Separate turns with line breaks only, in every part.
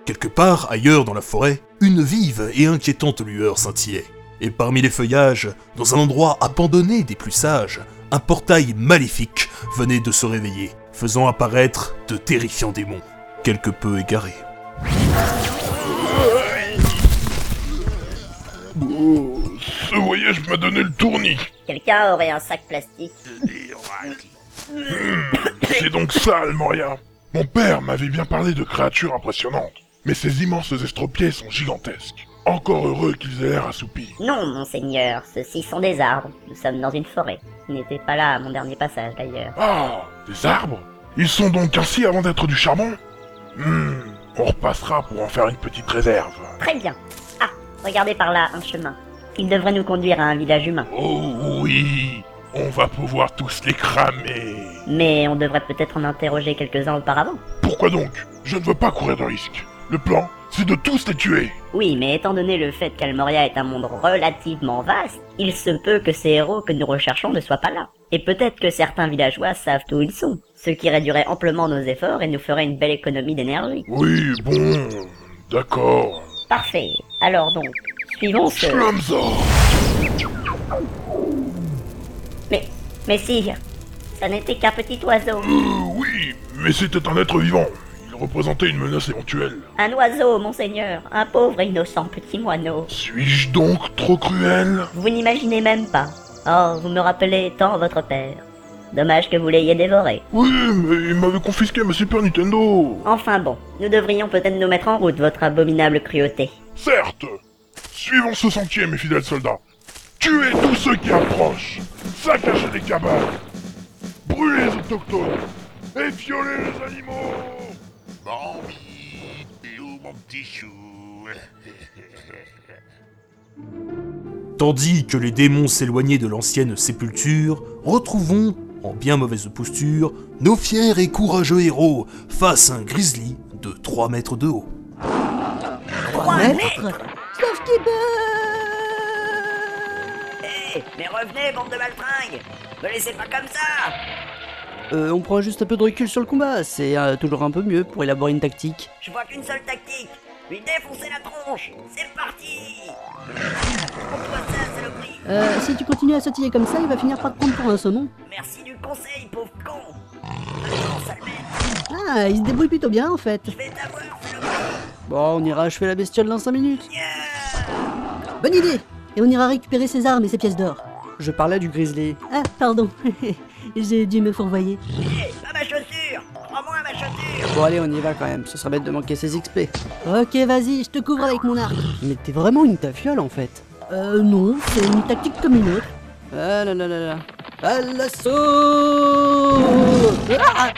Quelque part ailleurs dans la forêt, une vive et inquiétante lueur scintillait. Et parmi les feuillages, dans un endroit abandonné des plus sages, un portail maléfique venait de se réveiller, faisant apparaître de terrifiants démons, quelque peu égarés.
Oh, ce voyage m'a donné le tournis.
Quelqu'un aurait un sac plastique?
C'est donc ça, Almoria. Mon père m'avait bien parlé de créatures impressionnantes, mais ces immenses estropiés sont gigantesques. Encore heureux qu'ils aient l'air assoupis.
Non, monseigneur, ceux-ci sont des arbres. Nous sommes dans une forêt. Vous n'étiez pas là à mon dernier passage, d'ailleurs.
Ah, des arbres? Ils sont donc ainsi avant d'être du charbon? On repassera pour en faire une petite réserve.
Très bien. Ah, regardez par là, un chemin. Il devrait nous conduire à un village humain.
Oh oui, on va pouvoir tous les cramer.
Mais on devrait peut-être en interroger quelques-uns auparavant.
Pourquoi donc? Je ne veux pas courir de risque. Le plan, c'est de tous les tuer.
Oui, mais étant donné le fait qu'Almoria est un monde relativement vaste, il se peut que ces héros que nous recherchons ne soient pas là. Et peut-être que certains villageois savent où ils sont, ce qui réduirait amplement nos efforts et nous ferait une belle économie d'énergie.
Oui, bon, d'accord.
Parfait. Alors donc, suivons ce...
Schlamza!
Mais sire, ça n'était qu'un petit oiseau.
Oui, mais c'était un être vivant. Il représentait une menace éventuelle.
Un oiseau, monseigneur, un pauvre et innocent petit moineau.
Suis-je donc trop cruel?
Vous n'imaginez même pas. Oh, vous me rappelez tant votre père. Dommage que vous l'ayez dévoré.
Oui, mais il m'avait confisqué ma Super Nintendo.
Enfin bon, nous devrions peut-être nous mettre en route, votre abominable cruauté.
Certes. Suivons ce sentier, mes fidèles soldats. Tuez tous ceux qui approchent. Saccagez les cabanes. Brûlez les autochtones. Et violez les animaux.
Bambi, t'es où mon petit chou?
Tandis que les démons s'éloignaient de l'ancienne sépulture, retrouvons, en bien mauvaise posture, nos fiers et courageux héros face à un grizzly de 3 mètres de haut.
3 mètres?
Sauf qu'il
Hé, mais revenez, bande de malfringues! Me laissez pas comme ça!
On prend juste un peu de recul sur le combat, c'est toujours un peu mieux pour élaborer une tactique.
Je vois qu'une seule tactique! Lui défoncer la tronche! C'est parti! Prends-toi ça, saloperie!
Si tu continues à sautiller comme ça, il va finir par te prendre pour un saumon.
Merci du conseil, pauvre con! Maintenant, sale bête!
Ah, il se débrouille plutôt bien en fait.
Je vais t'avoir, saloperie!
Bon, on ira achever la bestiole dans 5 minutes.
Yeah!
Bonne idée. Et on ira récupérer ses armes et ses pièces d'or. Je parlais du grizzly. Ah, pardon. J'ai dû me fourvoyer.
Hé, pas ma chaussure! Prends-moi ma chaussure!
Bon allez, on y va quand même, ce serait bête de manquer ses XP. Ok, vas-y, je te couvre avec mon arc. Mais t'es vraiment une tafiole en fait. Non, c'est une tactique comme une autre. Ah là là là là. À l'assaut! Ah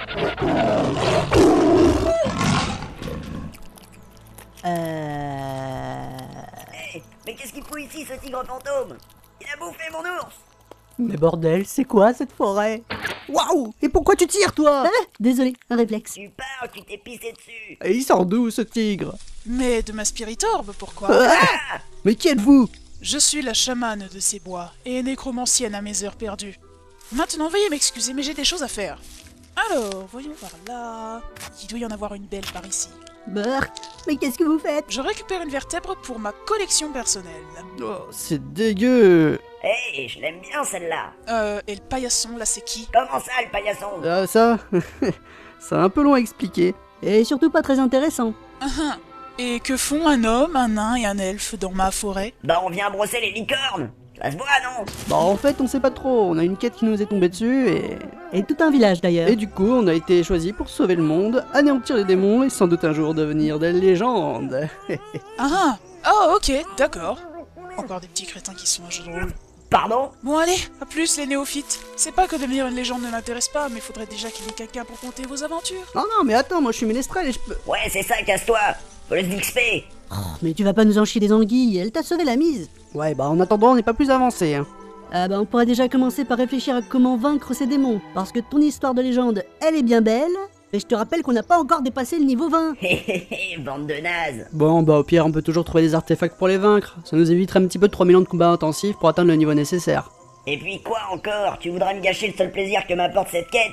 Hé, mais qu'est-ce qu'il fout ici, ce tigre fantôme? Il a bouffé mon ours!
Mais bordel, c'est quoi cette forêt? Waouh! Et pourquoi tu tires toi? Ah, désolé, un réflexe.
Tu parles, tu t'es pissé dessus!
Et il sort d'où ce tigre?
Mais de ma spiritorbe, pourquoi?
Ah mais qui êtes-vous?
Je suis la chamane de ces bois, et nécromancienne à mes heures perdues. Maintenant, veuillez m'excuser, mais j'ai des choses à faire. Alors, voyons par là... Il doit y en avoir une belle par ici.
Burk, mais qu'est-ce que vous faites?
Je récupère une vertèbre pour ma collection personnelle.
Oh, c'est dégueu.
Hé, je l'aime bien celle-là!
Et le paillasson, là, c'est qui?
Comment ça, le paillasson?
Ah, ça, c'est un peu long à expliquer. Et surtout pas très intéressant.
Et que font un homme, un nain et un elfe dans ma forêt?
Bah, on vient brosser les licornes! Ça se voit, non?
Bah en fait on sait pas trop, on a une quête qui nous est tombée dessus et tout un village d'ailleurs. Et du coup on a été choisi pour sauver le monde, anéantir les démons et sans doute un jour devenir des légendes.
Oh ok, d'accord. Encore des petits crétins qui sont à jeu de rôle.
Pardon?
Bon allez, à plus les néophytes. C'est pas que devenir une légende ne m'intéresse pas, mais faudrait déjà qu'il y ait quelqu'un pour compter vos aventures.
Non mais attends, moi je suis ménestrel et je peux...
Ouais, c'est ça, casse-toi! Faut XP!
Mais tu vas pas nous en chier des anguilles, elle t'a sauvé la mise. Ouais bah en attendant on n'est pas plus avancé hein. Ah bah on pourrait déjà commencer par réfléchir à comment vaincre ces démons, parce que ton histoire de légende, elle est bien belle, mais je te rappelle qu'on n'a pas encore dépassé le niveau 20.
Hé hé hé, bande de nazes!
Bon bah au pire on peut toujours trouver des artefacts pour les vaincre, ça nous éviterait un petit peu de 3000 ans de combat intensif pour atteindre le niveau nécessaire.
Et puis quoi encore? Tu voudrais me gâcher le seul plaisir que m'apporte cette quête?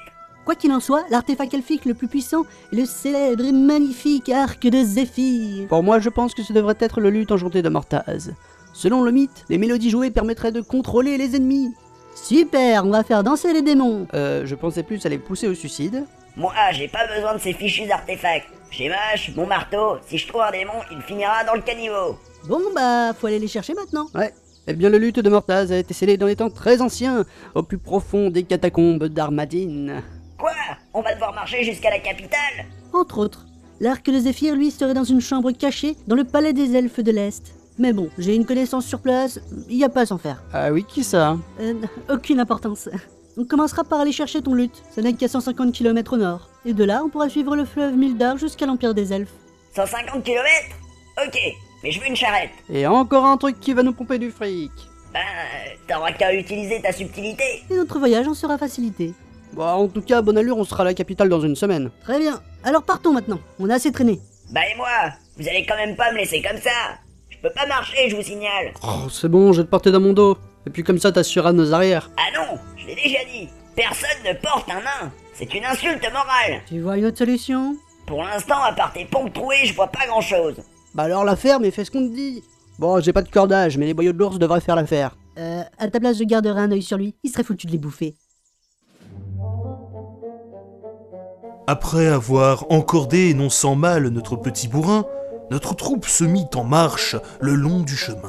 Quoi qu'il en soit, l'artefact elfique le plus puissant est le célèbre et magnifique arc de Zéphyr. Pour moi, je pense que ce devrait être le luth enchanté de Mortaz. Selon le mythe, les mélodies jouées permettraient de contrôler les ennemis. Super, on va faire danser les démons. Je pensais plus à les pousser au suicide.
Moi, j'ai pas besoin de ces fichus artefacts. J'ai ma hache, mon marteau, si je trouve un démon, il finira dans le caniveau.
Bon bah, faut aller les chercher maintenant. Ouais. Eh bien, le luth de Mortaz a été scellé dans les temps très anciens, au plus profond des catacombes d'Armadine.
Quoi? On va devoir marcher jusqu'à la capitale?
Entre autres, l'arc de Zéphyr, lui, serait dans une chambre cachée dans le palais des elfes de l'Est. Mais bon, j'ai une connaissance sur place, y a pas à s'en faire. Ah oui, qui ça? Aucune importance. On commencera par aller chercher ton luth, ça n'est qu'à 150 km au nord. Et de là, on pourra suivre le fleuve Mildar jusqu'à l'Empire des Elfes.
150 km? Ok, mais je veux une charrette.
Et encore un truc qui va nous pomper du fric.
Ben, t'auras qu'à utiliser ta subtilité.
Et notre voyage en sera facilité. Bon, en tout cas, bonne allure, on sera à la capitale dans une semaine. Très bien, alors partons maintenant, on a assez traîné.
Bah et moi? Vous allez quand même pas me laisser comme ça. Je peux pas marcher, je vous signale.
Oh, c'est bon, je vais te porter dans mon dos. Et puis comme ça, t'assureras nos arrières.
Ah non, je l'ai déjà dit. Personne ne porte un nain. C'est une insulte morale.
Tu vois une autre solution?
Pour l'instant, à part tes pompes trouées, je vois pas grand-chose.
Bah alors la ferme et fais ce qu'on te dit. Bon, j'ai pas de cordage, mais les boyaux de l'ours devraient faire l'affaire. À ta place, je garderai un œil sur lui. Il serait foutu de les bouffer.
Après avoir encordé non sans mal notre petit bourrin, notre troupe se mit en marche le long du chemin.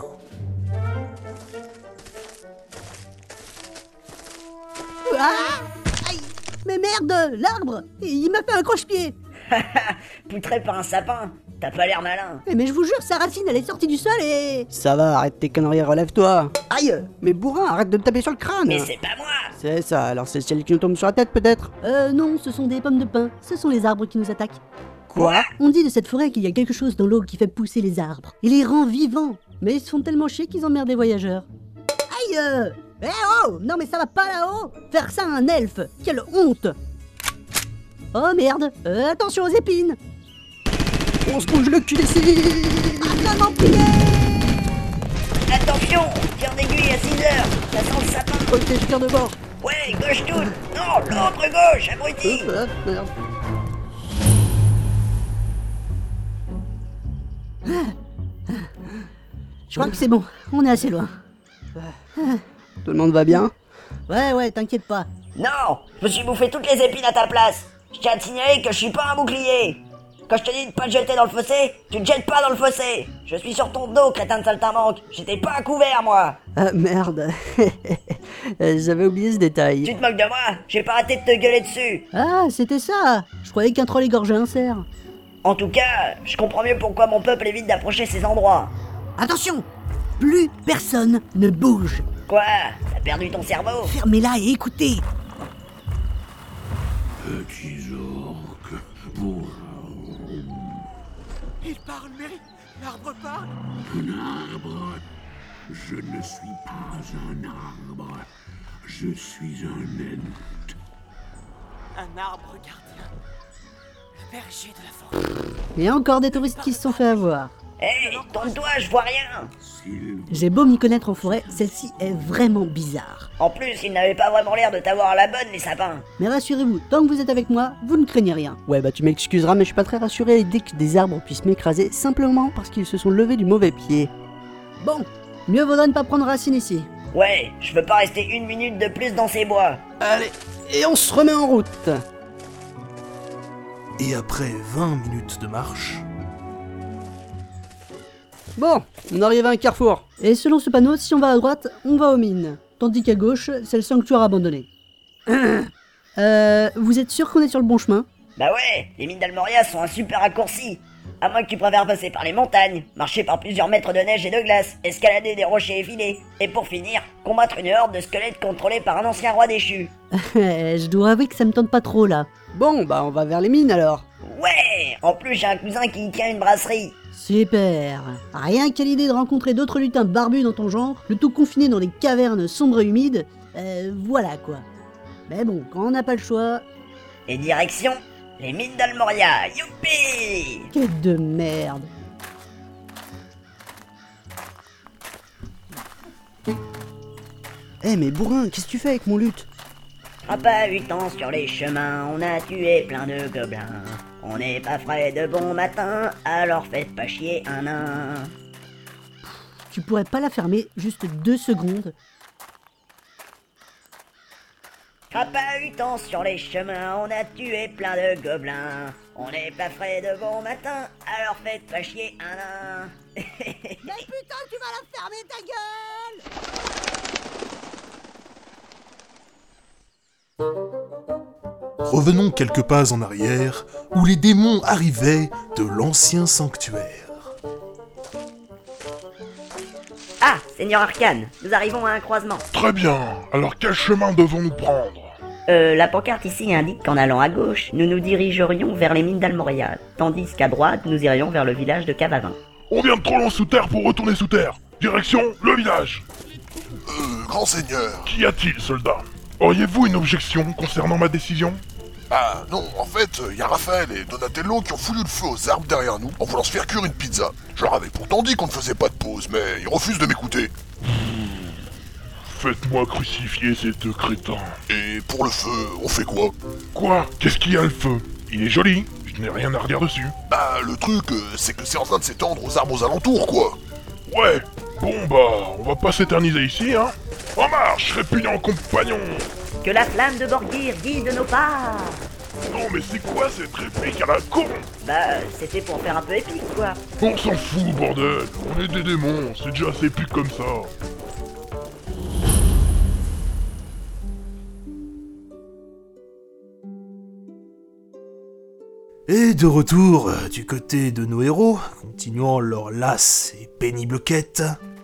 Ah, aïe, mais merde, l'arbre, il m'a fait un croche-pied.
Poutré par un sapin, t'as pas l'air malin.
Mais je vous jure, sa racine, elle est sortie du sol et... Ça va, arrête tes conneries, relève-toi. Aïe, mais bourrin, arrête de me taper sur le crâne.
Mais c'est pas moi.
C'est ça, alors c'est le ciel qui nous tombe sur la tête peut-être? Non, ce sont des pommes de pin, ce sont les arbres qui nous attaquent.
Quoi?
On dit de cette forêt qu'il y a quelque chose dans l'eau qui fait pousser les arbres. Il les rend vivants, mais ils se font tellement chier qu'ils emmerdent les voyageurs. Aïe! Eh oh! Non mais ça va pas là-haut! Faire ça à un elfe! Quelle honte! Oh merde! Attention aux épines! On se bouge le cul d'ici! Ah non, priez!
Attention, tir d'aiguille à 6 heures. Ça sent le sapin.
Ok, je tire de bord.
Ouais, gauche toute. Non, l'autre gauche, abruti.
Merde. Je crois que c'est bon, on est assez loin. Tout le monde va bien? Ouais, t'inquiète pas.
Non, je me suis bouffé toutes les épines à ta place. Je tiens à te signaler que je suis pas un bouclier. Quand je te dis de pas te jeter dans le fossé, tu te jettes pas dans le fossé. Je suis sur ton dos, crétin de saltimbanque. J'étais pas à couvert, moi.
Ah merde. J'avais oublié ce détail.
Tu te moques de moi? J'ai pas arrêté de te gueuler dessus.
Ah, c'était ça. Je croyais qu'un troll égorgeait un cerf.
En tout cas, je comprends mieux pourquoi mon peuple évite d'approcher ces endroits.
Attention! Plus personne ne bouge.
Quoi? T'as perdu ton cerveau?
Fermez-la et écoutez.
Petits orques, pour
Il parle, Mary. L'arbre parle.
un arbre. Je ne suis pas un arbre. Je suis un ent.
Un arbre gardien. Le berger de la forêt.
Il y a encore des touristes qui se sont fait avoir.
Hé, tourne-toi, je vois rien.
S'il
J'ai beau m'y connaître en forêt, celle-ci est vraiment bizarre.
En plus, ils n'avaient pas vraiment l'air de t'avoir à la bonne, les sapins.
Mais rassurez-vous, tant que vous êtes avec moi, vous ne craignez rien. Ouais, bah tu m'excuseras, mais je suis pas très rassuré à l'idée que des arbres puissent m'écraser simplement parce qu'ils se sont levés du mauvais pied. Bon, mieux vaudrait ne pas prendre racine ici.
Ouais, je veux pas rester une minute de plus dans ces bois.
Allez, et on se remet en route.
Et après 20 minutes de marche,
Bon, on arrive à un carrefour. Et selon ce panneau, si on va à droite, on va aux mines. Tandis qu'à gauche, c'est le sanctuaire abandonné. Vous êtes sûr qu'on est sur le bon chemin?
Bah ouais, les mines d'Almoria sont un super raccourci. À moins que tu préfères passer par les montagnes, marcher par plusieurs mètres de neige et de glace, escalader des rochers effilés, et pour finir, combattre une horde de squelettes contrôlés par un ancien roi déchu.
Je dois avouer que ça me tente pas trop là. Bon, bah on va vers les mines alors.
Ouais, en plus j'ai un cousin qui tient une brasserie.
Super. Rien qu'à l'idée de rencontrer d'autres lutins barbus dans ton genre, le tout confiné dans des cavernes sombres et humides, voilà quoi. Mais bon, quand on n'a pas le choix...
Et direction, les mines d'Almoria, youpi!
Quête de merde. Mais bourrin, qu'est-ce que tu fais avec mon luth?
Trapahutant sur les chemins, on a tué plein de gobelins. On n'est pas frais de bon matin, alors faites pas chier un nain.
Tu pourrais pas la fermer juste 2 secondes?
Trapahutant sur les chemins, on a tué plein de gobelins. On n'est pas frais de bon matin, alors faites pas chier un nain.
Mais putain, tu vas la fermer ta gueule!
Revenons quelques pas en arrière, où les démons arrivaient de l'ancien sanctuaire.
Ah, Seigneur Arcane, nous arrivons à un croisement.
Très bien. Alors quel chemin devons-nous prendre?
La pancarte ici indique qu'en allant à gauche, nous nous dirigerions vers les mines d'Almoria, tandis qu'à droite, nous irions vers le village de Cavavin.
On vient de trop loin sous terre pour retourner sous terre. Direction, le village.
Grand seigneur.
Qu'y a-t-il, soldat? Auriez-vous une objection concernant ma décision?
Ah non, en fait, y a Raphaël et Donatello qui ont foutu le feu aux arbres derrière nous en voulant se faire cuire une pizza. Je leur avais pourtant dit qu'on ne faisait pas de pause, mais ils refusent de m'écouter.
Faites-moi crucifier ces deux crétins.
Et pour le feu, on fait quoi?
Quoi? Qu'est-ce qu'il y a le feu? Il est joli, je n'ai rien à redire dessus.
Bah, le truc, c'est que c'est en train de s'étendre aux arbres aux alentours, quoi.
Ouais, bon bah, on va pas s'éterniser ici, hein. En marche, répugnant compagnon.
Que la flamme de Borgir guide nos pas.
Non mais c'est quoi cette réplique à la con?
Bah, c'était pour faire un peu épique, quoi.
On s'en fout, bordel. On est des démons, c'est déjà assez épique comme ça.
Et de retour du côté de nos héros, continuant leur lasse et pénible quête.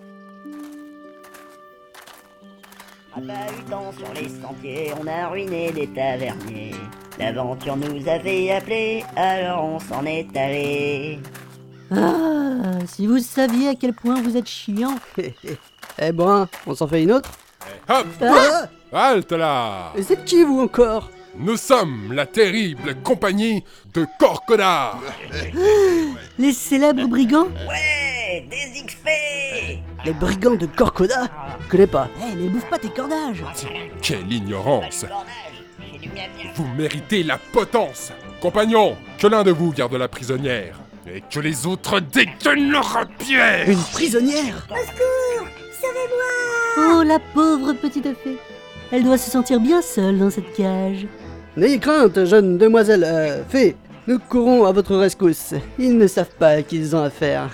Trapahutant sur les sentiers, on a ruiné des taverniers. L'aventure nous avait appelés, alors on s'en est allé.
Ah, si vous saviez à quel point vous êtes chiant. Eh Brun, on s'en fait une autre?
Hop!
Ah,
Halte là!
c'est qui vous encore?
Nous sommes la terrible compagnie de Corcona!
Les célèbres brigands?
Ouais, des XP.
Les brigands de Corcona? Je connais pas. Eh, mais bouffe pas tes cordages!
Quelle ignorance!
J'ai du miam miam.
Vous méritez la potence! Compagnons, que l'un de vous garde la prisonnière, et que les autres dégainent leur rapière!
Une prisonnière?
Au secours! Sauvez-moi!
Oh, la pauvre petite fée. Elle doit se sentir bien seule dans cette cage. N'ayez crainte, jeune demoiselle, fée. Nous courons à votre rescousse. Ils ne savent pas à qui ils ont affaire.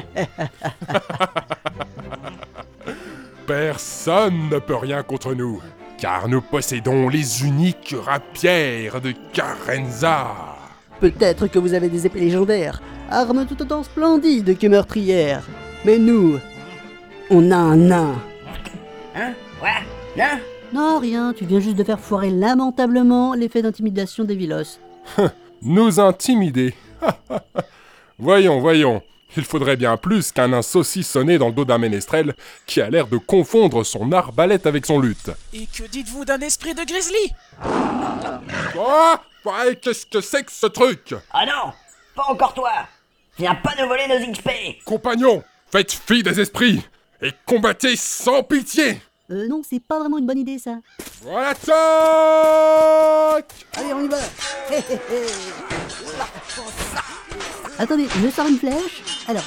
Personne ne peut rien contre nous, car nous possédons les uniques rapières de Carenza.
Peut-être que vous avez des épées légendaires, armes tout autant splendides que meurtrières. Mais nous, on a un nain.
Hein? Quoi? Non?
Non, rien, tu viens juste de faire foirer lamentablement l'effet d'intimidation des Vilos.
Nous intimider. Voyons, voyons. Il faudrait bien plus qu'un nain saucissonné dans le dos d'un ménestrel qui a l'air de confondre son arbalète avec son luth.
Et que dites-vous d'un esprit de grizzly?
Quoi? Ouais, qu'est-ce que c'est que ce truc?
Ah non! Pas encore toi! Viens pas nous voler nos XP!
Compagnons, faites fi des esprits et combattez sans pitié.
Non, c'est pas vraiment une bonne idée, ça.
Voilà, attaque!
Allez, on y va. Hé, hé, hé. Attendez, je sors une flèche. Alors...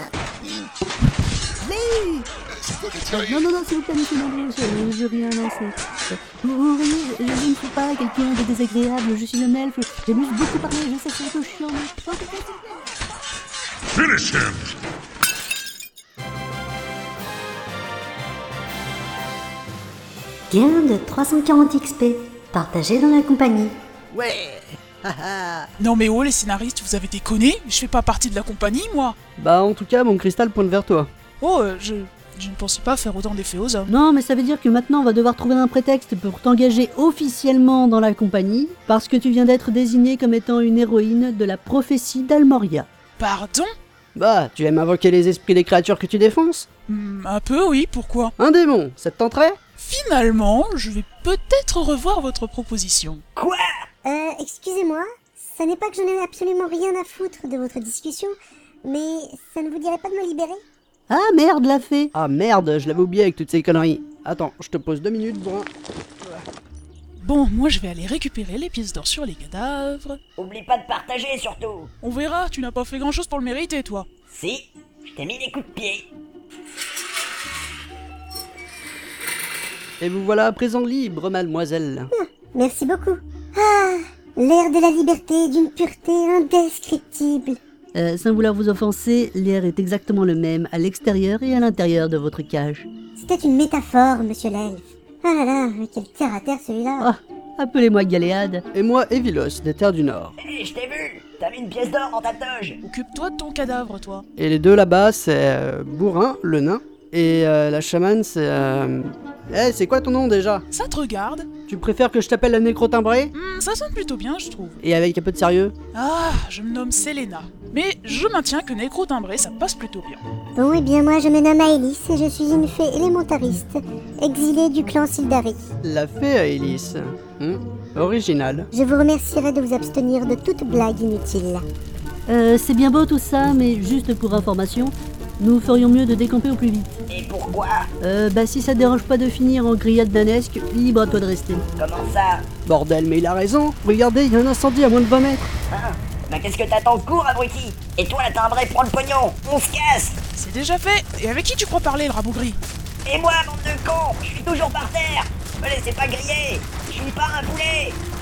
Non, non, non, s'il vous plaît, monsieur Landreau, je veux rien lancer. Vous voyez, je ne suis pas quelqu'un de désagréable, je suis un elfe. J'aime juste beaucoup parler, je sais, c'est un peu chiant, mais...
Finish him!
Gain de 340 XP, partagé dans la compagnie.
Ouais.
Non mais oh les scénaristes, vous avez déconné? Je fais pas partie de la compagnie, moi.
Bah, en tout cas, mon cristal pointe vers toi.
Oh, je ne pensais pas faire autant d'effets aux hommes.
Non, mais ça veut dire que maintenant on va devoir trouver un prétexte pour t'engager officiellement dans la compagnie, parce que tu viens d'être désignée comme étant une héroïne de la prophétie d'Almoria.
Pardon?
Bah, tu aimes invoquer les esprits des créatures que tu défonces?
Un peu, oui, pourquoi?
Un démon, ça te tenterait?
Finalement, je vais peut-être revoir votre proposition.
Quoi?
Excusez-moi, ça n'est pas que je n'ai absolument rien à foutre de votre discussion, mais ça ne vous dirait pas de me libérer?
Ah merde, la fée! Ah merde, je l'avais oublié avec toutes ces conneries. Attends, je te pose 2 minutes, Brun.
Bon, moi je vais aller récupérer les pièces d'or sur les cadavres.
Oublie pas de partager surtout.
On verra, tu n'as pas fait grand chose pour le mériter, toi.
Si, je t'ai mis des coups de pied.
Et vous voilà à présent libre, mademoiselle.
Merci beaucoup. Ah, l'air de la liberté d'une pureté indescriptible.
Sans vouloir vous offenser, l'air est exactement le même à l'extérieur et à l'intérieur de votre cage.
C'était une métaphore, monsieur l'elfe. Ah là là, quel terre-à-terre celui-là.
Ah, appelez-moi Galéade. Et moi, Evilos, des terres du Nord.
Hé, je t'ai vu. T'as mis une pièce d'or dans ta toge.
Occupe-toi de ton cadavre, toi.
Et les deux là-bas, c'est Bourrin, le nain, et la chamane, c'est... Eh, c'est quoi ton nom déjà?
Ça te regarde.
Tu préfères que je t'appelle la nécro-timbrée?
Ça sonne plutôt bien, je trouve.
Et avec un peu de sérieux?
Ah, je me nomme Selena. Mais je maintiens que nécro-timbré, ça passe plutôt bien.
Bon, eh bien moi je me nomme Aélis et je suis une fée élémentariste, exilée du clan Sildari.
La fée à Hélice. Original.
Je vous remercierai de vous abstenir de toute blague inutile.
C'est bien beau tout ça, mais juste pour information, nous ferions mieux de décamper au plus vite.
Et pourquoi?
Si ça te dérange pas de finir en grillade danesque, libre à toi de rester.
Comment ça?
Bordel, mais il a raison. Regardez, il y a un incendie à moins de 20 mètres.
Hein? Bah qu'est-ce que t'attends? Cours, abruti! Et toi, la timbrée, prends le pognon! On se casse!
C'est déjà fait. Et avec qui tu crois parler, le rabougri?
Et moi, bande de cons! Je suis toujours par terre! Me laissez pas griller! Je suis pas un poulet!